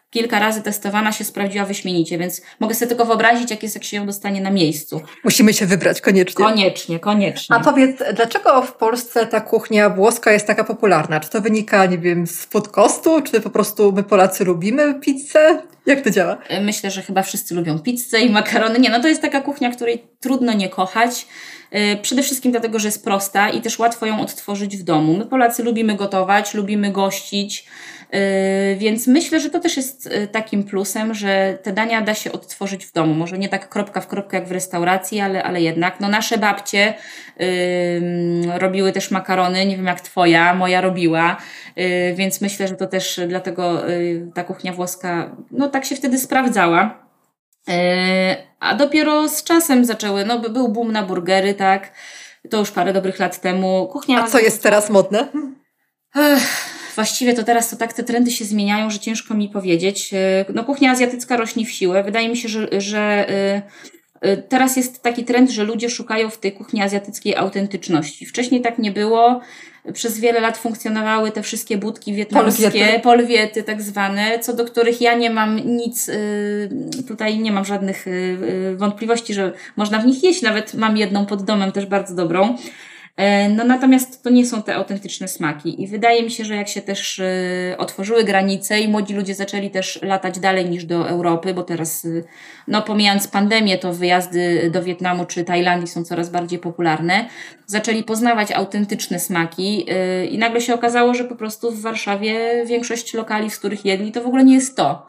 kilka razy testowana, się sprawdziła wyśmienicie, więc mogę sobie tylko wyobrazić, jak jest, jak się ją dostanie na miejscu. Musimy się wybrać koniecznie. Koniecznie, koniecznie. A powiedz, dlaczego w Polsce ta kuchnia włoska jest taka popularna? Czy to wynika, nie wiem, z podcastu, czy po prostu my Polacy lubimy pizzę? Jak to działa? Myślę, że chyba wszyscy lubią pizzę i makarony. Nie, no to jest taka kuchnia, której trudno nie kochać. Przede wszystkim dlatego, że jest prosta i też łatwo ją odtworzyć w domu. My Polacy lubimy gotować, lubimy gościć, więc myślę, że to też jest takim plusem, że te dania da się odtworzyć w domu. Może nie tak kropka w kropkę jak w restauracji, ale, ale jednak. No nasze babcie yy, robiły też makarony, nie wiem jak twoja, moja robiła, yy, więc myślę, że to też dlatego yy, ta kuchnia włoska no tak się wtedy sprawdzała. Yy, a dopiero z czasem zaczęły, no był boom na burgery, tak, to już parę dobrych lat temu. Kuchnia... A co jest teraz modne? Ech, właściwie to teraz to tak te trendy się zmieniają, że ciężko mi powiedzieć. No kuchnia azjatycka rośnie w siłę. Wydaje mi się, że, że yy, teraz jest taki trend, że ludzie szukają w tej kuchni azjatyckiej autentyczności. Wcześniej tak nie było. Przez wiele lat funkcjonowały te wszystkie budki wietnamskie, polwiety, polwiety tak zwane, co do których ja nie mam nic, yy, tutaj nie mam żadnych yy, wątpliwości, że można w nich jeść. Nawet mam jedną pod domem, też bardzo dobrą. No natomiast to nie są te autentyczne smaki i wydaje mi się, że jak się też y, otworzyły granice i młodzi ludzie zaczęli też latać dalej niż do Europy, bo teraz, y, no pomijając pandemię, to wyjazdy do Wietnamu czy Tajlandii są coraz bardziej popularne, zaczęli poznawać autentyczne smaki y, i nagle się okazało, że po prostu w Warszawie większość lokali, z których jedli, to w ogóle nie jest to.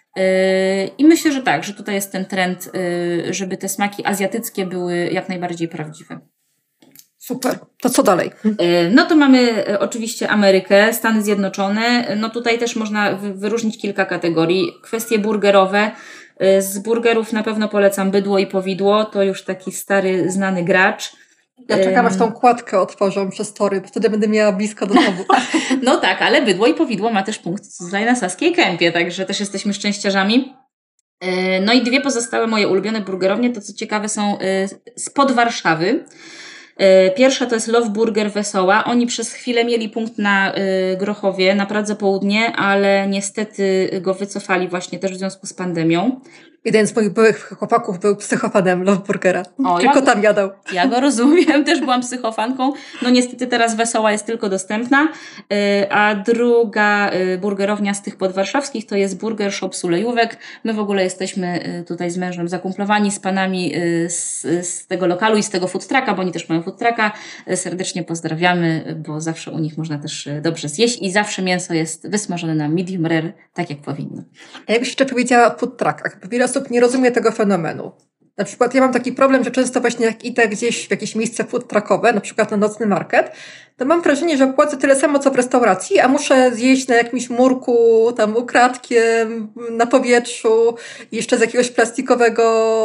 I myślę, że tak, że tutaj jest ten trend, y, żeby te smaki azjatyckie były jak najbardziej prawdziwe. Super. To co dalej? No to mamy oczywiście Amerykę, Stany Zjednoczone. No tutaj też można wyróżnić kilka kategorii. Kwestie burgerowe. Z burgerów na pewno polecam bydło i powidło. To już taki stary, znany gracz. Ja czekam, aż tą kładkę otworzą przez tory, bo wtedy będę miała blisko do domu. No tak, ale bydło i powidło ma też punkt tutaj na Saskiej Kępie, także też jesteśmy szczęściarzami. No i dwie pozostałe moje ulubione burgerownie, to co ciekawe są spod Warszawy. Pierwsza to jest Love Burger Wesoła. Oni przez chwilę mieli punkt na y, Grochowie, na Pradze Południe, ale niestety go wycofali właśnie też w związku z pandemią. Jeden z moich byłych chłopaków był psychofanem Love Burgera. O, tylko ja tam jadał. Ja go rozumiem, też byłam psychofanką. No niestety teraz Wesoła jest tylko dostępna. Y, a druga y, burgerownia z tych podwarszawskich to jest Burger Shop Sulejówek. My w ogóle jesteśmy y, tutaj z mężem zakumplowani z panami y, z, z tego lokalu i z tego food trucka, bo oni też mają food trucka. Y, serdecznie pozdrawiamy, bo zawsze u nich można też y, dobrze zjeść i zawsze mięso jest wysmażone na medium rare, tak jak powinno. A jakbyś jeszcze powiedziała o food truckach? Wiele osób nie rozumie tego fenomenu. Na przykład ja mam taki problem, że często właśnie jak idę gdzieś w jakieś miejsce food truckowe, na przykład na nocny market, to mam wrażenie, że płacę tyle samo co w restauracji, a muszę zjeść na jakimś murku, tam ukradkiem, na powietrzu, jeszcze z jakiegoś plastikowego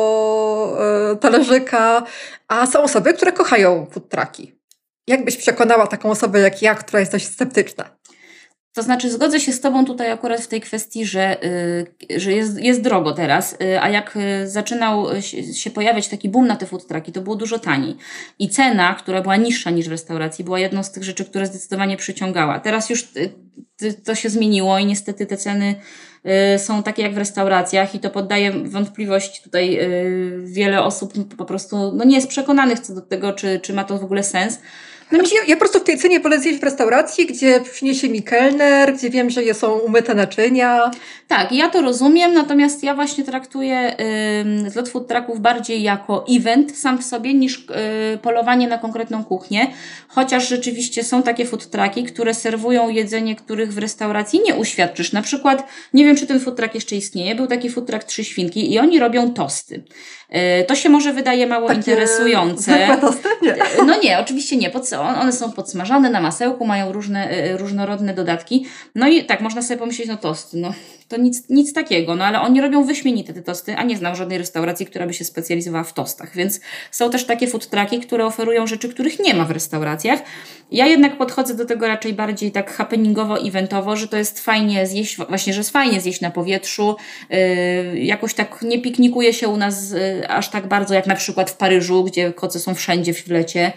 e, talerzyka, a są osoby, które kochają food trucki. Jak byś przekonała taką osobę jak ja, która jest dość sceptyczna? To znaczy zgodzę się z Tobą tutaj akurat w tej kwestii, że, yy, że jest, jest drogo teraz, yy, a jak yy, zaczynał się, się pojawiać taki boom na te food trucki, to było dużo taniej. I cena, która była niższa niż w restauracji, była jedną z tych rzeczy, która zdecydowanie przyciągała. Teraz już yy, to się zmieniło i niestety te ceny yy, są takie jak w restauracjach i to poddaje wątpliwość tutaj yy, wiele osób po prostu no nie jest przekonanych co do tego, czy, czy ma to w ogóle sens. No ja, ja po prostu w tej cenie wolę zjeść w restauracji, gdzie przyniesie mi kelner, gdzie wiem, że są umyte naczynia. Tak, ja to rozumiem, natomiast ja właśnie traktuję y, zlot food trucków bardziej jako event sam w sobie niż y, polowanie na konkretną kuchnię, chociaż rzeczywiście są takie food trucki, które serwują jedzenie, których w restauracji nie uświadczysz. Na przykład, nie wiem czy ten food truck jeszcze istnieje, był taki food truck Trzy Świnki i oni robią tosty. Y, to się może wydaje mało takie interesujące. Zwykłe tosty? Nie. No nie, oczywiście nie. Pod, one są podsmażone na masełku, mają różne y, różnorodne dodatki. No i tak, można sobie pomyśleć, no tosty, no to nic, nic takiego, no ale oni robią wyśmienite te tosty, a nie znam żadnej restauracji, która by się specjalizowała w tostach, więc są też takie food trucki, które oferują rzeczy, których nie ma w restauracjach. Ja jednak podchodzę do tego raczej bardziej tak happeningowo, eventowo, że to jest fajnie zjeść, właśnie, że jest fajnie zjeść na powietrzu, yy, jakoś tak nie piknikuje się u nas yy, aż tak bardzo jak na przykład w Paryżu, gdzie koce są wszędzie w lecie.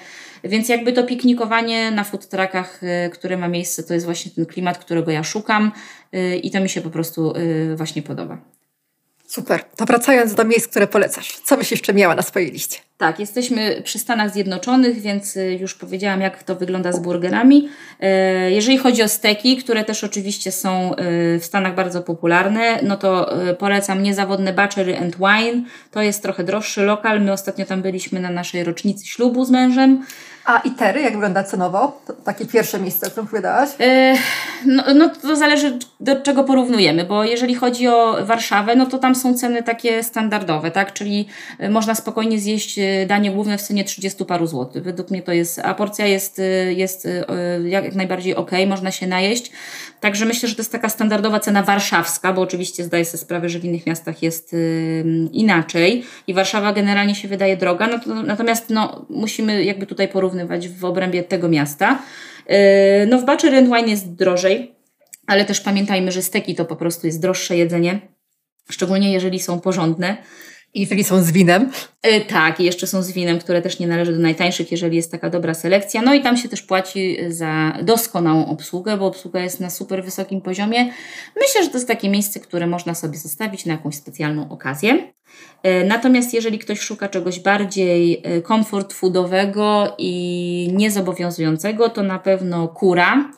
Więc jakby to piknikowanie na food truckach, które ma miejsce, to jest właśnie ten klimat, którego ja szukam i to mi się po prostu właśnie podoba. Super. To wracając do miejsc, które polecasz. Co byś jeszcze miała na swojej liście? Tak, jesteśmy przy Stanach Zjednoczonych, więc już powiedziałam, jak to wygląda z burgerami. Jeżeli chodzi o steki, które też oczywiście są w Stanach bardzo popularne, no to polecam niezawodne Butchery and Wine. To jest trochę droższy lokal. My ostatnio tam byliśmy na naszej rocznicy ślubu z mężem. A Itery, jak wygląda cenowo? To takie pierwsze miejsce, o którym opowiadałaś? Yy, no, no to zależy, do czego porównujemy, bo jeżeli chodzi o Warszawę, no to tam są ceny takie standardowe, tak? Czyli można spokojnie zjeść danie główne w cenie trzydziestu paru złotych. Według mnie to jest, a porcja jest, jest jak najbardziej okej, można się najeść. Także myślę, że to jest taka standardowa cena warszawska, bo oczywiście zdaję sobie sprawę, że w innych miastach jest yy, inaczej i Warszawa generalnie się wydaje droga, no to, natomiast no, musimy jakby tutaj porównywać w obrębie tego miasta. Yy, no w Butcher and Wine jest drożej, ale też pamiętajmy, że steki to po prostu jest droższe jedzenie, szczególnie jeżeli są porządne. I jeżeli są z winem? Yy, tak, i jeszcze są z winem, które też nie należy do najtańszych, jeżeli jest taka dobra selekcja. No i tam się też płaci za doskonałą obsługę, bo obsługa jest na super wysokim poziomie. Myślę, że to jest takie miejsce, które można sobie zostawić na jakąś specjalną okazję. Yy, natomiast jeżeli ktoś szuka czegoś bardziej yy, comfort foodowego i niezobowiązującego, to na pewno Kura,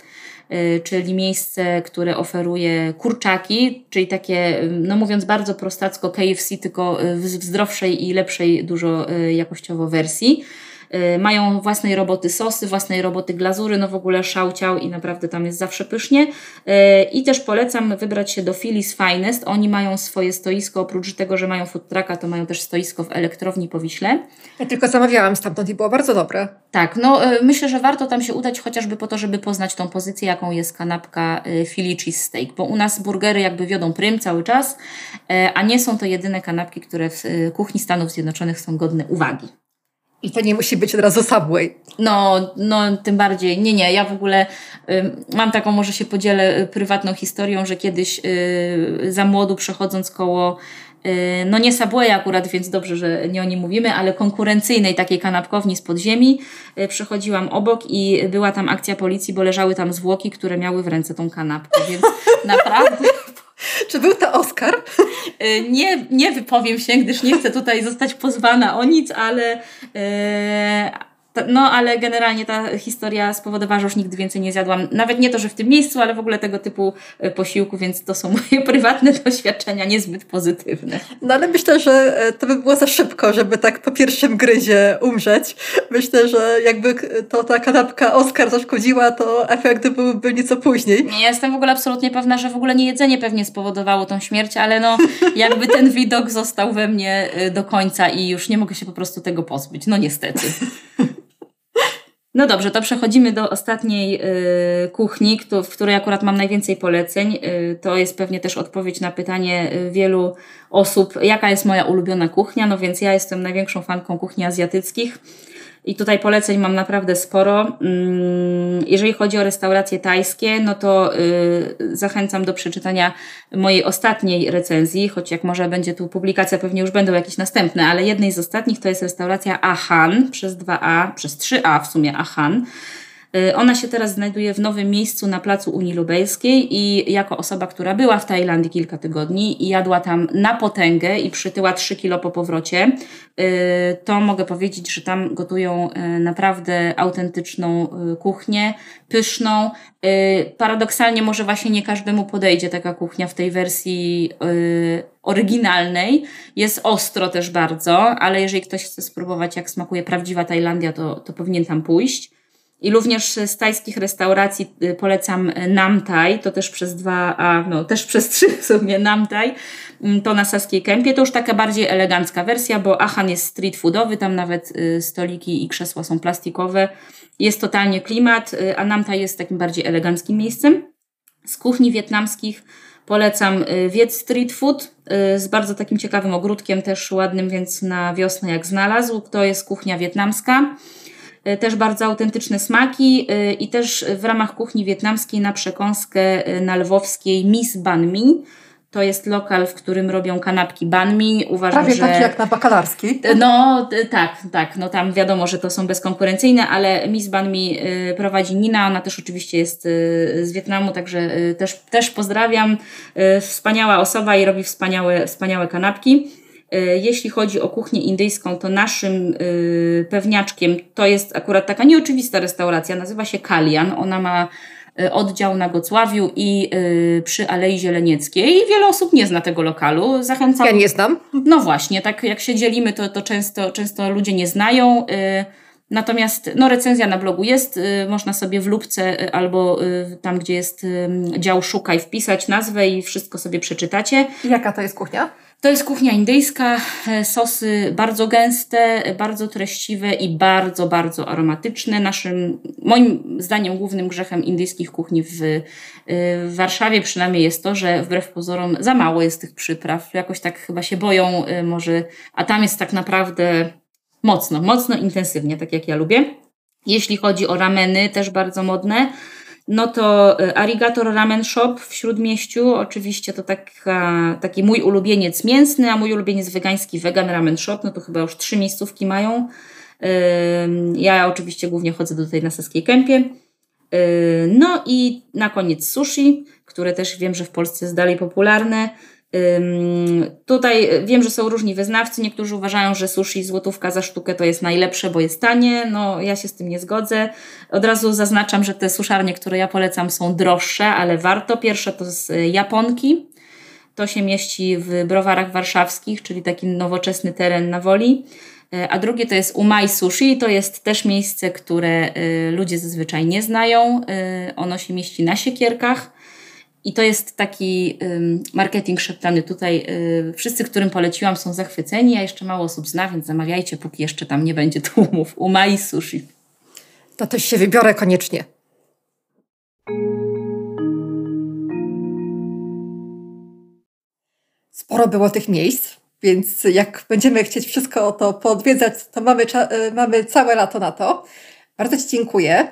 czyli miejsce, które oferuje kurczaki, czyli takie, no mówiąc bardzo prostacko, K F C, tylko w zdrowszej i lepszej dużo jakościowo wersji. Mają własnej roboty sosy, własnej roboty glazury, no w ogóle szałciał i naprawdę tam jest zawsze pysznie. I też polecam wybrać się do Philly's Finest. Oni mają swoje stoisko, oprócz tego, że mają food trucka, to mają też stoisko w elektrowni po Wiśle. Ja tylko zamawiałam stamtąd i było bardzo dobre. Tak, no myślę, że warto tam się udać chociażby po to, żeby poznać tą pozycję, jaką jest kanapka Philly Cheese Steak, bo u nas burgery jakby wiodą prym cały czas, a nie są to jedyne kanapki, które w kuchni Stanów Zjednoczonych są godne uwagi. I to nie musi być od razu Subway. No, no tym bardziej. Nie, nie, ja w ogóle y, mam taką, może się podzielę y, prywatną historią, że kiedyś y, za młodu przechodząc koło, y, no nie Subwaya akurat, więc dobrze, że nie o nim mówimy, ale konkurencyjnej takiej kanapkowni z podziemi, y, przechodziłam obok i była tam akcja policji, bo leżały tam zwłoki, które miały w ręce tą kanapkę, więc naprawdę... Czy był to Oscar? Nie, nie wypowiem się, gdyż nie chcę tutaj zostać pozwana o nic, ale, e, ta, no, ale generalnie ta historia spowodowała, że już nigdy więcej nie zjadłam. Nawet nie to, że w tym miejscu, ale w ogóle tego typu posiłku, więc to są moje prywatne doświadczenia, niezbyt pozytywne. No ale myślę, że to by było za szybko, żeby tak po pierwszym gryzie umrzeć. Myślę, że jakby to ta kanapka Oscar zaszkodziła, to efekt byłby nieco później. Nie, ja jestem w ogóle absolutnie pewna, że w ogóle nie jedzenie pewnie spowodowało tą śmierć, ale no jakby ten widok został we mnie do końca i już nie mogę się po prostu tego pozbyć. No niestety. No dobrze, to przechodzimy do ostatniej y, kuchni, kto, w której akurat mam najwięcej poleceń. Y, to jest pewnie też odpowiedź na pytanie y, wielu osób, jaka jest moja ulubiona kuchnia. No więc ja jestem największą fanką kuchni azjatyckich i tutaj poleceń mam naprawdę sporo. Jeżeli chodzi o restauracje tajskie, no to yy, zachęcam do przeczytania mojej ostatniej recenzji, choć jak może będzie tu publikacja, pewnie już będą jakieś następne, ale jednej z ostatnich to jest restauracja Ahan, przez dwa A, przez trzy A w sumie Ahan. Ona się teraz znajduje w nowym miejscu na placu Unii Lubelskiej i jako osoba, która była w Tajlandii kilka tygodni i jadła tam na potęgę i przytyła trzy kilo po powrocie, to mogę powiedzieć, że tam gotują naprawdę autentyczną kuchnię, pyszną. Paradoksalnie może właśnie nie każdemu podejdzie taka kuchnia w tej wersji oryginalnej. Jest ostro też bardzo, ale jeżeli ktoś chce spróbować, jak smakuje prawdziwa Tajlandia, to, to powinien tam pójść. I również z tajskich restauracji polecam Nam Thai, to też przez dwa, a no też przez trzy w sumie Nam Thai, to na Saskiej Kępie. To już taka bardziej elegancka wersja, bo Ahan jest street foodowy, tam nawet stoliki i krzesła są plastikowe. Jest totalnie klimat, a Nam Thai jest takim bardziej eleganckim miejscem. Z kuchni wietnamskich polecam Viet Street Food z bardzo takim ciekawym ogródkiem, też ładnym, więc na wiosnę jak znalazł. To jest kuchnia wietnamska. Też bardzo autentyczne smaki i też w ramach kuchni wietnamskiej na przekąskę na lwowskiej Miss Banh Mi. To jest lokal, w którym robią kanapki banh mi. Uważam, Prawie że... taki jak na Bakalarskiej. No tak, tak. No tam wiadomo, że to są bezkonkurencyjne, ale Miss Banh Mi y, prowadzi Nina. Ona też oczywiście jest y, z Wietnamu, także y, też, też pozdrawiam. Y, wspaniała osoba i robi wspaniałe, wspaniałe kanapki. Y, jeśli chodzi o kuchnię indyjską, to naszym y, pewniaczkiem to jest akurat taka nieoczywista restauracja. Nazywa się Kalyan. Ona ma oddział na Gocławiu i y, przy Alei Zielenieckiej. Wiele osób nie zna tego lokalu. Zachęcam. Ja nie znam. No właśnie, tak jak się dzielimy, to, to często, często ludzie nie znają. Y, natomiast no, recenzja na blogu jest. Y, można sobie w lupce y, albo y, tam, gdzie jest y, dział Szukaj, wpisać nazwę i wszystko sobie przeczytacie. I jaka to jest kuchnia? To jest kuchnia indyjska, sosy bardzo gęste, bardzo treściwe i bardzo, bardzo aromatyczne. Naszym, moim zdaniem, głównym grzechem indyjskich kuchni w, w Warszawie przynajmniej jest to, że wbrew pozorom za mało jest tych przypraw. Jakoś tak chyba się boją może, a tam jest tak naprawdę mocno, mocno intensywnie, tak jak ja lubię. Jeśli chodzi o rameny, też bardzo modne. No to Arigator Ramen Shop w Śródmieściu, oczywiście to taka, taki mój ulubieniec mięsny, a mój ulubieniec wegański Vegan Ramen Shop, no to chyba już trzy miejscówki mają. Ja oczywiście głównie chodzę do tej na Saskiej Kępie. No i na koniec sushi, które też wiem, że w Polsce jest dalej popularne. Ym, tutaj wiem, że są różni wyznawcy. Niektórzy uważają, że sushi złotówka za sztukę to jest najlepsze, bo jest tanie. No ja się z tym nie zgodzę. Od razu zaznaczam, że te suszarnie, które ja polecam, są droższe, ale warto. Pierwsze to z Japonki. To się mieści w Browarach Warszawskich, czyli taki nowoczesny teren na Woli. A drugie to jest Umai Sushi. To jest też miejsce, które y, ludzie zazwyczaj nie znają. Y, ono się mieści na Siekierkach. I to jest taki ym, marketing szeptany tutaj. Yy, wszyscy, którym poleciłam, są zachwyceni, a jeszcze mało osób zna, więc zamawiajcie, póki jeszcze tam nie będzie tłumów. Umai Sushi. To też się wybiorę koniecznie. Sporo było tych miejsc, więc jak będziemy chcieć wszystko to poodwiedzać, to mamy, cza- mamy całe lato na to. Bardzo Ci dziękuję.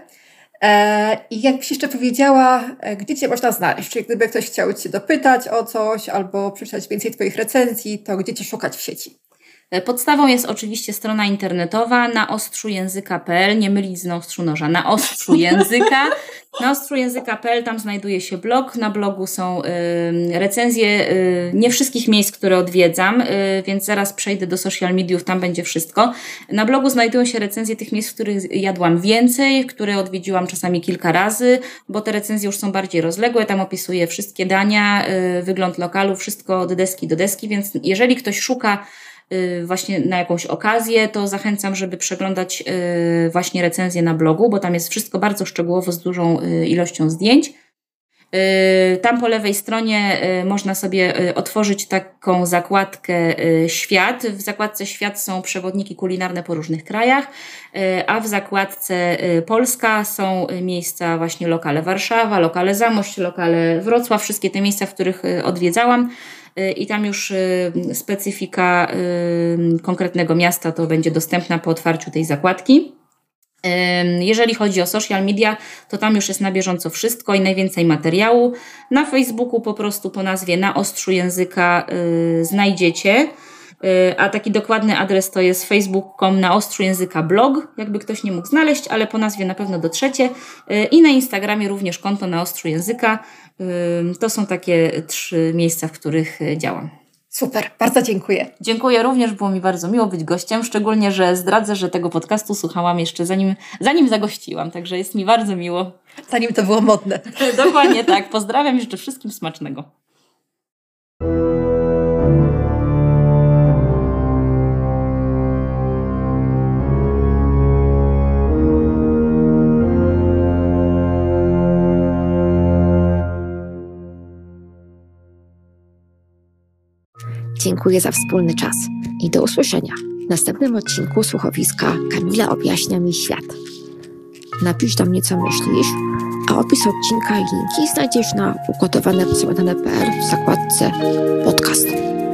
I jakbyś jeszcze powiedziała, gdzie Cię można znaleźć? Czyli gdyby ktoś chciał Cię dopytać o coś albo przeczytać więcej Twoich recenzji, to gdzie Cię szukać w sieci? Podstawą jest oczywiście strona internetowa na ostrzu języka kropka p l, nie mylić z na ostrzu noża, na ostrzu języka. Na ostrzu języka kropka p l, tam znajduje się blog. Na blogu są y, recenzje y, nie wszystkich miejsc, które odwiedzam, y, więc zaraz przejdę do social mediów, tam będzie wszystko. Na blogu znajdują się recenzje tych miejsc, w których jadłam więcej, które odwiedziłam czasami kilka razy, bo te recenzje już są bardziej rozległe. Tam opisuję wszystkie dania, y, wygląd lokalu, wszystko od deski do deski, więc jeżeli ktoś szuka właśnie na jakąś okazję, to zachęcam, żeby przeglądać właśnie recenzję na blogu, bo tam jest wszystko bardzo szczegółowo z dużą ilością zdjęć. Tam po lewej stronie można sobie otworzyć taką zakładkę Świat. W zakładce Świat są przewodniki kulinarne po różnych krajach, a w zakładce Polska są miejsca właśnie lokale Warszawa, lokale Zamość, lokale Wrocław, wszystkie te miejsca, w których odwiedzałam. I tam już specyfika konkretnego miasta to będzie dostępna po otwarciu tej zakładki. Jeżeli chodzi o social media, to tam już jest na bieżąco wszystko i najwięcej materiału. Na Facebooku po prostu po nazwie Na Ostrzu Języka znajdziecie, a taki dokładny adres to jest facebook kropka com na ostrzu języka blog, jakby ktoś nie mógł znaleźć, ale po nazwie na pewno dotrzecie. I na Instagramie również konto Na Ostrzu Języka. To są takie trzy miejsca, w których działam. Super, bardzo dziękuję. Dziękuję również, było mi bardzo miło być gościem, szczególnie, że zdradzę, że tego podcastu słuchałam jeszcze zanim, zanim zagościłam, także jest mi bardzo miło. Zanim to było modne. Dokładnie tak, pozdrawiam i życzę wszystkim smacznego. Dziękuję za wspólny czas i do usłyszenia w następnym odcinku słuchowiska Kamila objaśnia mi świat. Napisz do mnie, co myślisz, a opis odcinka i linki znajdziesz na ugotowane kropka p l w zakładce podcast.